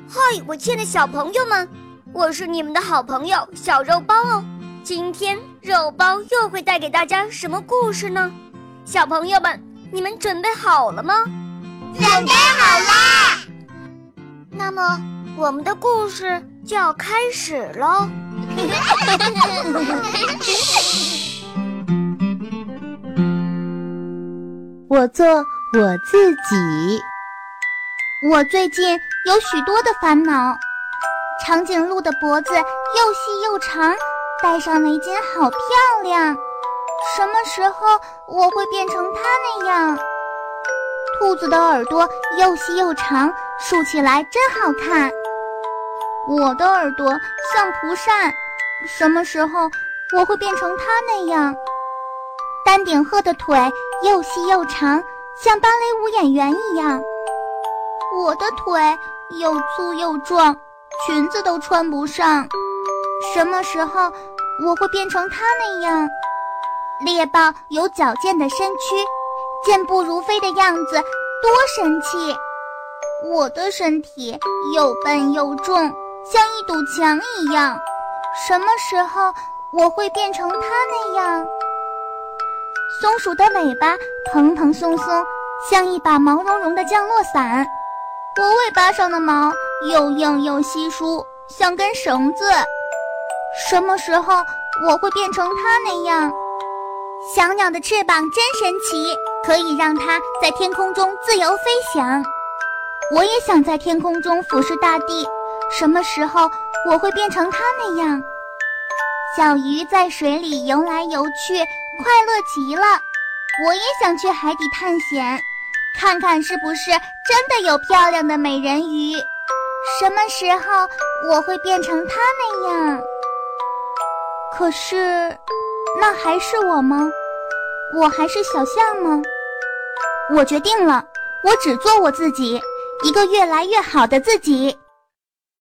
嗨，我亲爱的小朋友们，我是你们的好朋友小肉包哦。今天肉包又会带给大家什么故事呢？小朋友们，你们准备好了吗？ 准备好啦！ 那么我们的故事就要开始咯。 我做我自己。 我最近有许多的烦恼。长颈鹿的脖子又细又长，戴上围巾好漂亮。什么时候我会变成它那样？兔子的耳朵又细又长，竖起来真好看。我的耳朵像蒲扇，什么时候我会变成它那样？丹顶鹤的腿又细又长，像芭蕾舞演员一样。我的腿又粗又壮，裙子都穿不上。什么时候我会变成它那样？猎豹有矫健的身躯，健步如飞的样子多神气。我的身体又笨又重，像一堵墙一样。什么时候我会变成它那样？松鼠的尾巴蓬蓬松松，像一把毛茸茸的降落伞。我尾巴上的毛又硬又稀疏，像根绳子。什么时候我会变成它那样？小鸟的翅膀真神奇，可以让它在天空中自由飞翔。我也想在天空中俯视大地，什么时候我会变成它那样？小鱼在水里游来游去，快乐极了。我也想去海底探险，看看是不是真的有漂亮的美人鱼。什么时候我会变成它那样？可是那还是我吗？我还是小象吗？我决定了，我只做我自己，一个越来越好的自己。